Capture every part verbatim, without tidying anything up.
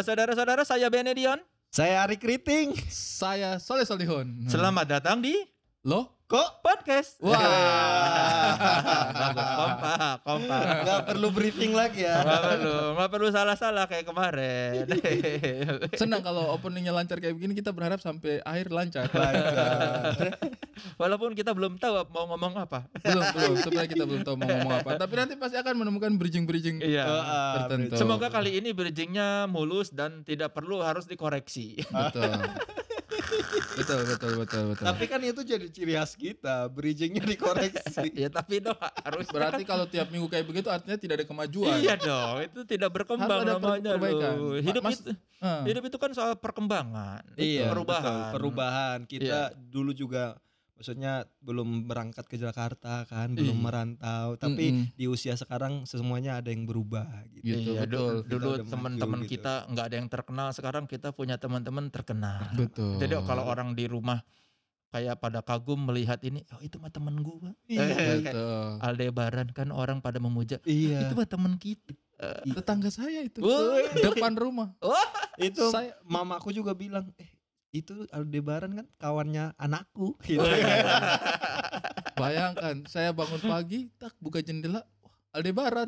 saudara-saudara, saya Benedion. Saya Ari Kriting. Saya Soleh Solihun. Selamat datang di Loh? Kok podcast. Wah. Bagus, kompak, kompak. nggak perlu briefing lagi ya? Nggak perlu, nggak perlu salah-salah kayak kemarin. Senang kalau openingnya lancar kayak begini, kita berharap sampai akhir lancar. Lancar. Walaupun kita belum tahu mau ngomong apa. belum, belum. Sebenarnya kita belum tahu mau ngomong apa. Tapi nanti pasti akan menemukan bridging-bridging Iya. tertentu. Semoga kali ini bridgingnya mulus dan tidak perlu harus dikoreksi. Betul. betul, betul, betul, betul. Tapi kan itu jadi ciri khas kita, bridgingnya dikoreksi. Ya tapi dong harus. Berarti kalau tiap minggu kayak begitu artinya tidak ada kemajuan. Iya dong, itu tidak berkembang Harus ada namanya perbaikan. loh. Hidup Mas- itu, Ah. hidup itu kan soal perkembangan, Iya, perubahan. betul, perubahan. Kita dulu juga maksudnya belum berangkat ke Jakarta kan, belum Iya. merantau, tapi Mm-mm. di usia sekarang semuanya ada yang berubah gitu. Gitu, Iya, betul. du- dulu Kita udah teman-teman maju gitu. kita nggak ada yang terkenal, sekarang kita punya teman-teman terkenal. Betul. Jadi kalau orang di rumah kayak pada kagum melihat ini, oh itu mah teman gua. Iya, Eh, kayak Betul. Aldebaran kan orang pada memuja. Iya. Itu mah teman kita. Tetangga saya itu. Woi. Depan rumah. Itu Saya- mamaku juga bilang, eh itu Aldebaran kan kawannya anakku. Gitu. Bayangkan, saya bangun pagi, tak buka jendela, wah, Aldebaran.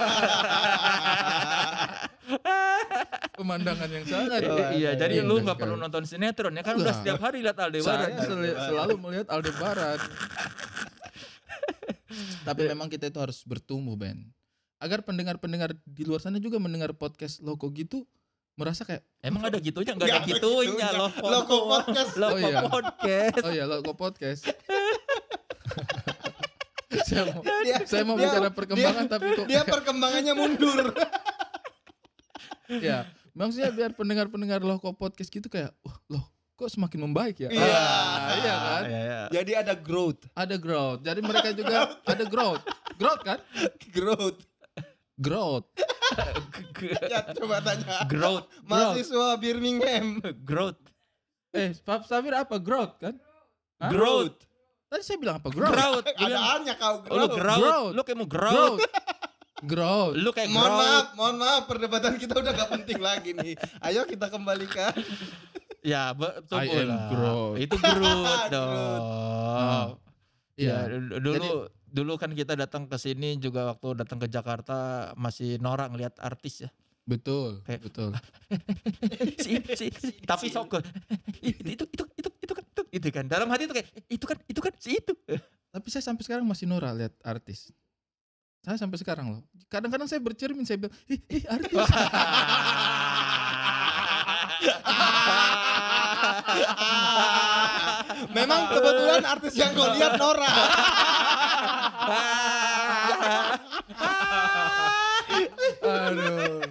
Pemandangan yang sangat. Eh, iya, jadi indah lu nggak sekali. perlu nonton sinetron ya kan udah Enggak. setiap hari lihat Aldebaran. Saya sel- selalu melihat Aldebaran. Tapi memang kita itu harus bertumbuh, Ben. Agar pendengar-pendengar di luar sana juga mendengar podcast Loko gitu merasa kayak, Emang ada gitunya? Nggak ada Nggak ada gitunya gitunya. loh. Loko podcast. Loko Oh iya. podcast. oh ya Loko podcast. saya mau, Dia- saya mau dia- bicara perkembangan dia- tapi kok Dia perkembangannya mundur. ya maksudnya biar pendengar-pendengar Loko podcast gitu kayak, wah loh kok semakin membaik ya. Iya. Ah, iya kan. Iya, iya. Jadi ada growth, Ada growth. Jadi mereka juga ada growth. Growth kan? growth. Growth. Ya coba tanya. Growth, Mahasiswa Birmingham. growth, Eh, Pak Safir apa growth kan? Hah? growth, Tadi saya bilang apa growth? growth. Ada hanya kau Oh, lu growth. growth. Growth. Lu kayak mau growth. Growth. Lu kayak Mohon growth. maaf, mohon maaf perdebatan kita udah gak penting lagi nih. Ayo kita kembalikan. Ya, betul I am lah. Groot. Itu Groot Groot. dong. Iya. Ya, d- dulu dulu kan kita datang ke sini juga waktu datang ke Jakarta masih norak ngelihat artis ya. Betul. Kayak- Betul. si, si, si, tapi sok itu itu itu itu itu kan itu, itu kan dalam hati itu kayak itu kan itu kan si itu. Tapi saya sampai sekarang masih norak lihat artis. Saya sampai sekarang loh. Kadang-kadang saya bercermin saya bilang, ih, ih artis. Memang kebetulan artis yang kau lihat Nora. Aduh.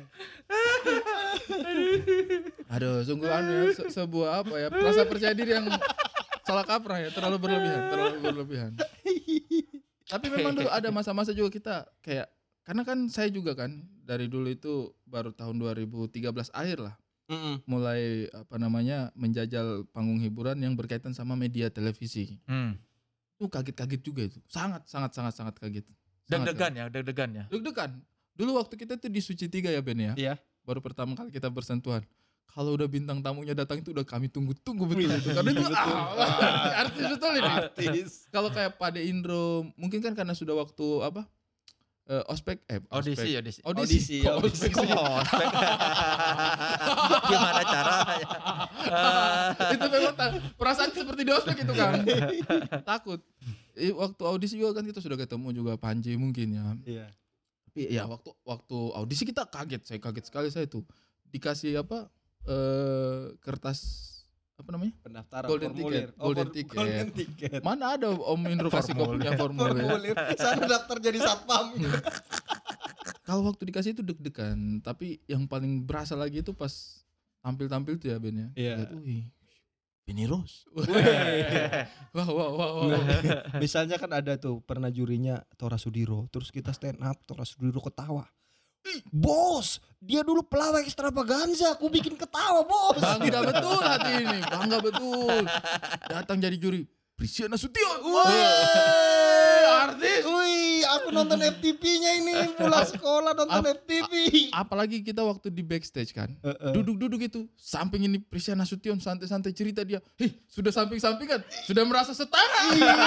Aduh, sungguh anu ya, se- sebuah apa ya, rasa percaya diri yang salah kaprah ya, terlalu berlebihan, terlalu berlebihan. Tapi memang dulu ada masa-masa juga kita kayak, karena kan saya juga kan dari dulu itu baru tahun dua ribu tiga belas akhir lah, mulai apa namanya menjajal panggung hiburan yang berkaitan sama media televisi. Hmm. Itu kaget-kaget juga itu, sangat sangat sangat sangat kaget. Sangat Deg-degan ya, deg-degan ya. Deg-degan. Dulu waktu kita tuh di Suci Tiga ya Ben ya. Iya. Baru pertama kali kita bersentuhan. Kalau udah bintang tamunya datang itu udah kami tunggu-tunggu betul itu. Karena itu ah, artis betul ini. Artis. Kalau kayak Pade Indro, mungkin kan karena sudah waktu apa? Eh, ospek eh Audisi, ospek. audisi. Audisi. Audisi, Kok audisi. ospek sih? Oh, ospek. Gimana caranya? Itu memang ta- perasaan seperti di ospek itu kan. Takut. Eh, waktu audisi juga kan kita sudah ketemu juga Panji mungkin ya. Iya. Tapi ya waktu waktu audisi kita kaget, saya kaget sekali saya tuh dikasih apa eh kertas apa namanya? Pendaftaran Golden formulir. ticket, golden for- ticket. Golden ticket. Mana ada Om Indro kasih kopinya formulir. Formulir. Sana daftar jadi satpam. Kalau waktu dikasih itu deg-degan, tapi yang paling berasa lagi itu pas tampil-tampil tuh ya Ben ya. Iya. Lihat, wih, Benny Rose. Weh. Wah wah wah wah. Misalnya kan ada tuh pernah jurinya Tora Sudiro, terus kita stand up, Tora Sudiro ketawa. Ih, bos, dia dulu pelawak ekstravaganza, aku bikin ketawa bos. Bangga betul hati ini, bangga betul. Datang jadi juri, Prisiana Sution. Wih, artis. Wih, aku nonton F T V-nya ini pulang sekolah nonton Ap- F T V. Apalagi kita waktu di backstage kan. Heeh. Duduk-duduk itu. Samping ini Prisya Nasution santai-santai cerita dia. Hei sudah samping-sampingan. Sudah merasa setara.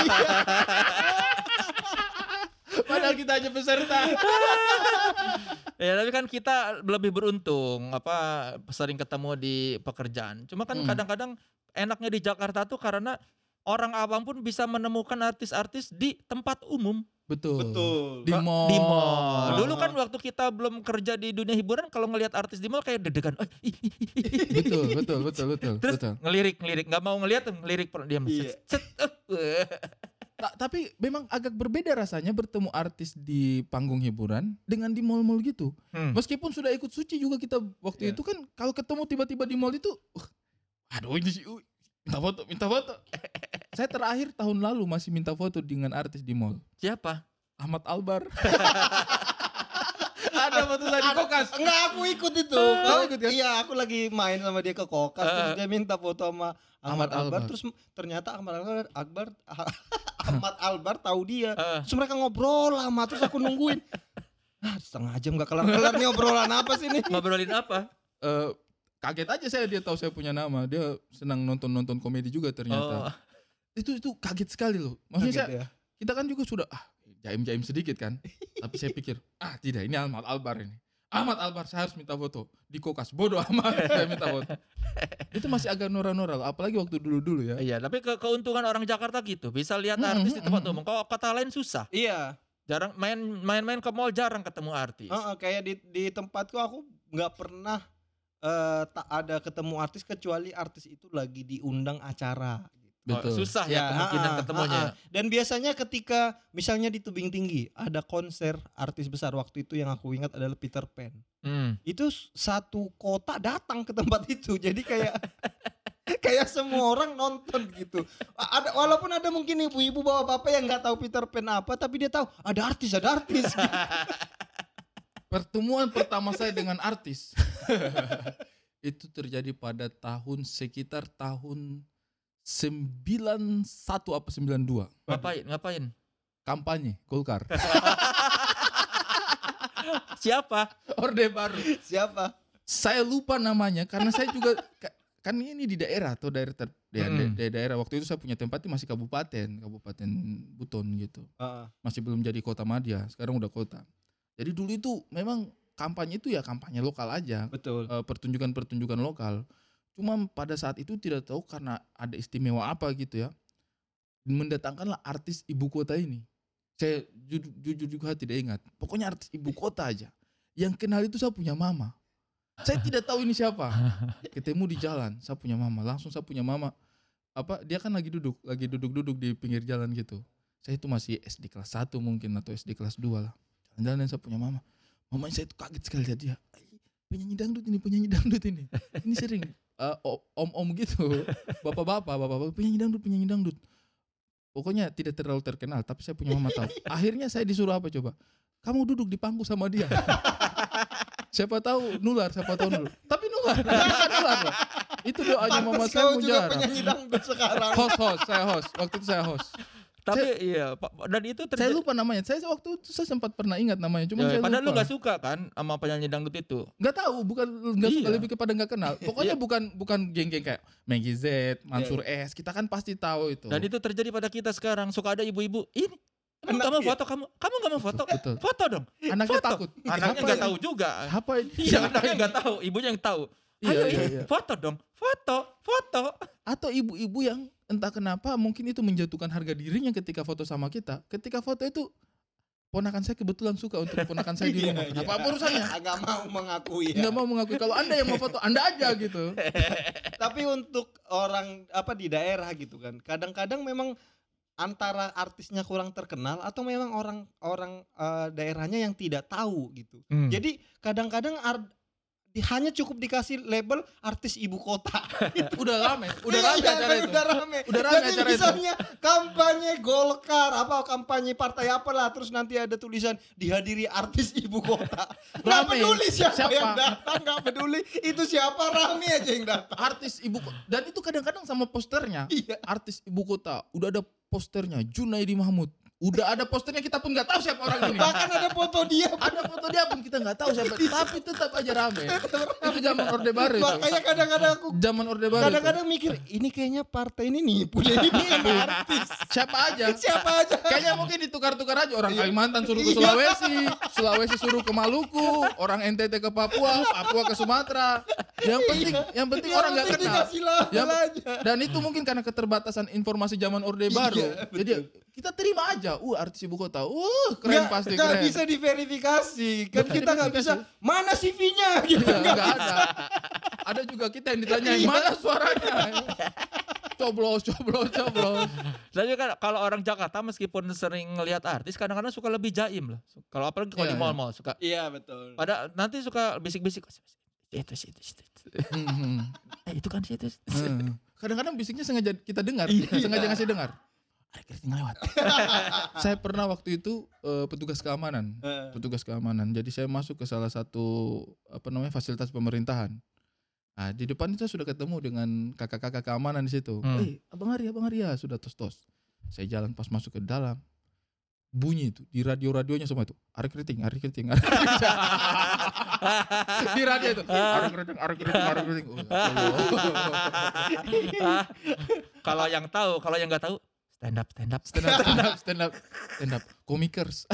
Padahal kita aja peserta. Ya tapi kan kita lebih beruntung apa sering ketemu di pekerjaan. Cuma kan Hmm. kadang-kadang enaknya di Jakarta tuh karena orang awam pun bisa menemukan artis-artis di tempat umum. Betul. Betul. Di mall. Di mall. Ah. Dulu kan waktu kita belum kerja di dunia hiburan kalau ngelihat artis di mall kayak deg-degan. "Eh, ih, ih, ih, ih." Betul, betul, betul, betul. Terus betul. ngelirik, ngelirik, nggak mau ngelihat tuh, ngelirik per- diam. Iya. Cet, cet, eh. Ta- tapi memang agak berbeda rasanya bertemu artis di panggung hiburan dengan di mall-mall gitu. Hmm. Meskipun sudah ikut suci juga kita waktu Iya. itu kan kalau ketemu tiba-tiba di mall itu, uh, aduh ini sih, uh, minta foto, minta foto. Saya terakhir tahun lalu masih minta foto dengan artis di mall. Siapa? Ahmad Albar. Ada foto saya di Kokas. Enggak, aku ikut itu. Kamu ikut kan? Iya, aku lagi main sama dia ke Kokas terus Eh. dia minta foto sama Ahmad Ahmad Albar. Albar. Terus ternyata Ahmad Albar Akbar Ahmad Albar tahu dia. Eh. Terus mereka ngobrol lama terus aku nungguin. Ah, setengah jam gak kelar-kelar nih obrolan apa sih nih? Ngobrolin apa? Eh, kaget aja saya dia tahu saya punya nama. Dia senang nonton-nonton komedi juga ternyata. Oh. Itu itu kaget sekali loh. Maksudnya Kaget saya, ya. kita kan juga sudah ah jaim-jaim sedikit kan. Tapi saya pikir, ah tidak ini Ahmad Albar ini. Ahmad Albar saya harus minta foto di Kokas. Bodoh amat saya minta foto. Itu masih agak norak-norak apalagi waktu dulu-dulu ya. Iya, tapi ke keuntungan orang Jakarta gitu, bisa lihat Mm, artis di mm, tempat mm. umum. Kalau kota lain susah. Iya. Jarang main main-main ke mall jarang ketemu artis. Heeh, kayak di di tempatku aku nggak pernah eh, tak ada ketemu artis kecuali artis itu lagi diundang acara. Oh, Betul. susah ya, Ya, kemungkinan ha-ha, ketemunya. ha-ha. Dan biasanya ketika misalnya di Tebing Tinggi ada konser artis besar waktu itu yang aku ingat adalah Peter Pan. Hmm. Itu s- satu kota datang ke tempat itu. Jadi kayak kayak semua orang nonton gitu. A- Ada walaupun ada mungkin ibu-ibu bapak-bapak yang nggak tahu Peter Pan apa tapi dia tahu ada artis, ada artis. gitu. Pertemuan pertama saya dengan artis itu terjadi pada tahun sekitar tahun sembilan satu apa sembilan dua. Ngapain? Ngapain? Kampanye Golkar. Siapa? Orde Baru. Siapa? Saya lupa namanya karena saya juga ka- kan ini di daerah atau daerah ter, ya, Mm. da- daerah waktu itu saya punya tempatnya masih kabupaten, kabupaten Buton gitu. Heeh. Masih belum jadi kota madya, sekarang udah kota. Jadi dulu itu memang kampanye itu ya kampanye lokal aja, Betul. eh, pertunjukan-pertunjukan lokal. Cuma pada saat itu tidak tahu karena ada istimewa apa gitu ya. Mendatangkanlah artis ibu kota ini. Saya jujur, jujur juga tidak ingat. Pokoknya artis ibu kota aja. Yang kenal itu saya punya mama. Saya tidak tahu ini siapa. Ketemu di jalan, saya punya mama. Langsung saya punya mama. Apa dia kan lagi duduk, lagi duduk-duduk di pinggir jalan gitu. Saya itu masih S D kelas satu mungkin atau S D kelas dua lah. Jalan-jalan dan saya punya mama. Mama saya itu kaget sekali lihat dia. "Ay, penyanyi dangdut ini, penyanyi dangdut ini. Ini sering eh, o- om-om gitu, bapak-bapak, bapak-bapak penyanyi dangdut, penyanyi dangdut. Pokoknya tidak terlalu terkenal, tapi saya punya mama tahu. Akhirnya saya disuruh apa coba? Kamu duduk di pangku sama dia. Siapa tahu nular, siapa tahu nular. Tapi nular, kan nular. Pak. Itu doanya mama Pantes saya kau juga mujarab. penyanyi dangdut sekarang. Host, host, saya host. Waktu itu saya host. Tapi iya, Pak, dan itu Saya terjadi. lupa namanya. Saya waktu itu saya sempat pernah ingat namanya, cuma Ya, saya padahal lu lupa. gak suka kan sama penyanyi dangdut itu. Nggak tahu, bukan nggak suka, Iya. lebih kepada nggak kenal. Pokoknya Iya. bukan bukan geng-geng kayak Maggie Z, Mansur S. Kita kan pasti tahu itu. Dan itu terjadi pada kita sekarang. Suka ada ibu-ibu, ini kamu gak mau Anaknya. foto, kamu kamu gak mau foto? Betul. Foto dong. Anaknya Foto. takut. Anaknya Apa gak ini? tahu juga. Apa ini? Iya, anaknya gak tahu, ibunya yang tahu. Iya, Ayo iya, ini, iya. foto dong, foto, foto. Atau ibu-ibu yang entah kenapa mungkin itu menjatuhkan harga dirinya ketika foto sama kita. Ketika foto itu ponakan saya kebetulan suka untuk ponakan saya di rumah. Iya, Kenapa iya. apa urusannya? Agak mau mengakui ya. Nggak mau mengakui. Kalau Anda yang mau foto, Anda aja gitu. Tapi untuk orang apa di daerah gitu kan, kadang-kadang memang antara artisnya kurang terkenal atau memang orang orang eh, daerahnya yang tidak tahu gitu. Hmm. Jadi kadang-kadang ar- di- hanya cukup dikasih label artis ibu kota. Udah rame, udah Iya, rame iya, acara kan itu. Udah rame. Udah rame Jadi acara itu. misalnya kampanye Golkar, apa kampanye partai apalah, terus nanti ada tulisan dihadiri artis ibu kota. Gak Rame. peduli siapa, Siapa? yang datang, gak peduli itu siapa, rame aja yang datang. Artis ibu kota. Dan itu kadang-kadang sama posternya. Iya. Artis ibu kota. Udah ada posternya Junaidi Mahmud. Udah ada posternya kita pun nggak tahu siapa orang ini. Bahkan ada foto dia. Ada foto dia pun kita nggak tahu siapa. Tapi tetap aja rame. Itu zaman Orde Baru itu. Makanya kadang-kadang aku Zaman Orde Baru. kadang-kadang mikir ini kayaknya partai ini nipu deh, ini bukan artis. Siapa aja? Siapa aja? Kayaknya mungkin ditukar-tukar aja. Orang Kalimantan suruh ke Iya. Sulawesi, Sulawesi suruh ke Maluku, orang N T T ke Papua, Papua ke Sumatera. Yang penting, yang penting Yang orang nggak penting kenal. dikasih label Yang- aja. Dan itu mungkin karena keterbatasan informasi zaman Orde Baru. Iya, betul. Jadi kita terima aja. Uh, artis ibu kota. Uh, keren Nggak- pasti nggak keren. bisa diverifikasi. Kan Nggak kita nggak bisa. diverifikasi. Mana C V-nya gitu. Iya, Nggak nggak bisa. ada. Ada juga kita yang ditanyain Iya. mana suaranya. Coblos, coblos, coblos. Tapi kan kalau orang Jakarta meskipun sering ngelihat artis kadang-kadang suka lebih jaim loh. Kalau apalagi kalau Iya, di iya. mall-mall suka Iya betul. pada nanti suka bisik-bisik itu itu itu. Hmm, Eh itu kan situ. hmm. Kadang-kadang bisiknya sengaja kita dengar, Iya. sengaja ngasih dengar. Ada keriting lewat. Saya pernah waktu itu eh, petugas keamanan, Eh, petugas keamanan. Jadi saya masuk ke salah satu apa namanya fasilitas pemerintahan. Nah, di depan itu sudah ketemu dengan kakak-kakak keamanan di situ. Hmm. Eh, Abang Arya, Abang Arya, sudah tos-tos. Saya jalan pas masuk ke dalam. Bunyi itu di radio-radionya semua itu. Are keriting, are keriting, are keriting. Di radio itu. Are keriting, are keriting, are keriting. Oh, ya Allah. Ah, kalau yang tahu, kalau yang nggak tahu stand up stand up. Stand up, stand up, stand up, stand up. Komikers.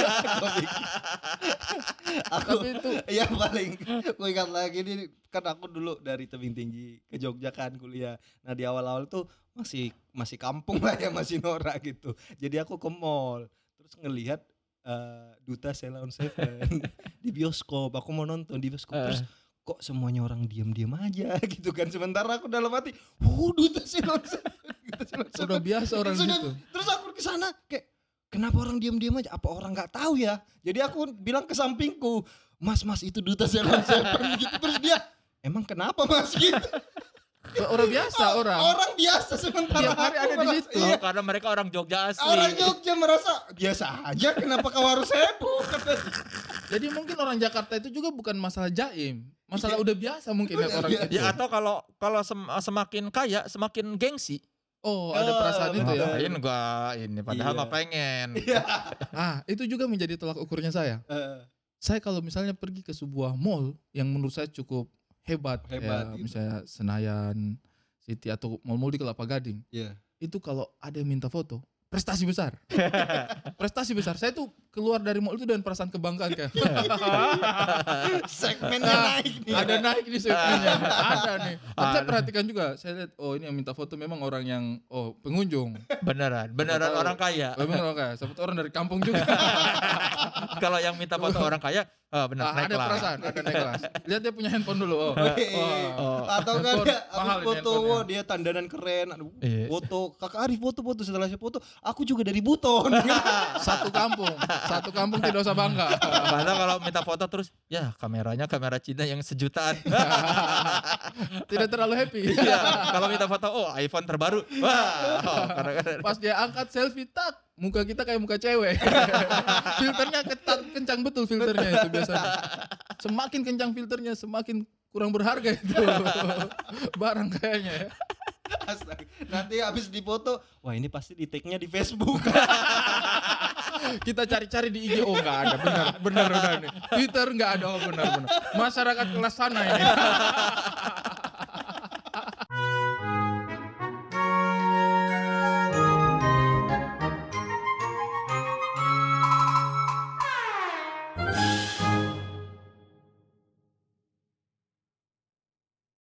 aku Tapi itu ya paling aku ingat lagi nih, kan aku dulu dari Tebing Tinggi ke Jogja kan kuliah. Nah di awal-awal tuh masih masih kampung lah ya, masih norak gitu. Jadi aku ke mall terus ngelihat eh, Duta Ceylon Seven di bioskop. Aku mau nonton di bioskop terus kok semuanya orang diam-diam aja gitu kan. Sementara aku dalam hati, "Uh, Duta Ceylon Seven." Duta Ceylon sudah Seven. biasa orang Sudah- gitu. Terus aku ke sana kayak kenapa orang diam-diam aja? Apa orang nggak tahu ya? Jadi aku bilang ke sampingku, "Mas, Mas itu Duta Ceylon Seven." Gitu. Terus dia, "Emang kenapa Mas?" Gitu. Orang biasa orang. Orang biasa sementara Tiap hari aku ada di merasa- situ. Oh, Iya. karena mereka orang Jogja asli. Orang Jogja merasa biasa aja, kenapa kau harus heboh? Jadi mungkin orang Jakarta itu juga bukan masalah jaim, masalah Iya. udah biasa mungkin ya Udah orang biasa. itu. Ya atau kalau kalau sem- semakin kaya semakin gengsi. Oh, ada Oh, perasaan itu betul. ya. Ngapain gua ini padahal Iya. mah pengen. Ah, itu juga menjadi tolak ukurnya saya. Eh, Saya kalau misalnya pergi ke sebuah mall yang menurut saya cukup hebat, Hebat, ya, gitu. misalnya Senayan City atau mall-mall di Kelapa Gading, Iya. itu kalau ada yang minta foto, prestasi besar. Prestasi besar. Saya tuh keluar dari mall itu dengan perasaan kebanggaan kayak Segmennya Nah, naik nih. ada naik di segmennya. Ada nih. Tapi saya Ada. perhatikan juga, saya lihat oh ini yang minta foto memang orang yang oh pengunjung. Beneran, beneran tahu. orang kaya. Oh, memang orang kaya. Seperti orang dari kampung juga. Kalau yang minta foto orang kaya, oh benar Ah, naik ada kelas. perasaan, ada naik kelas. Lihat dia punya handphone dulu. Oh. Wih. Oh. Atau kan Handphone, dia mahal habis ini foto, handphonenya. wah, dia tandanan keren. Aduh, Iya. foto, Kakak Arif foto-foto, setelah saya foto, aku juga dari Buton. Satu kampung, satu kampung tidak usah bangga. Karena kalau minta foto terus, ya kameranya kamera Cina yang sejutaan. Tidak terlalu happy. Iya, kalau minta foto, oh iPhone terbaru. Wah, oh, karena- Pas dia angkat selfie tak, muka kita kayak muka cewek. Filternya ketat, kencang betul filternya itu biasanya. Semakin kencang filternya, semakin kurang berharga itu barang kayaknya ya. Astaga. Nanti habis difoto, wah ini pasti di tag-nya di Facebook. Kita cari-cari di I G, oh nggak ada, benar, benar, benar nih. Twitter nggak ada, oh benar, benar. Masyarakat kelas sana ini.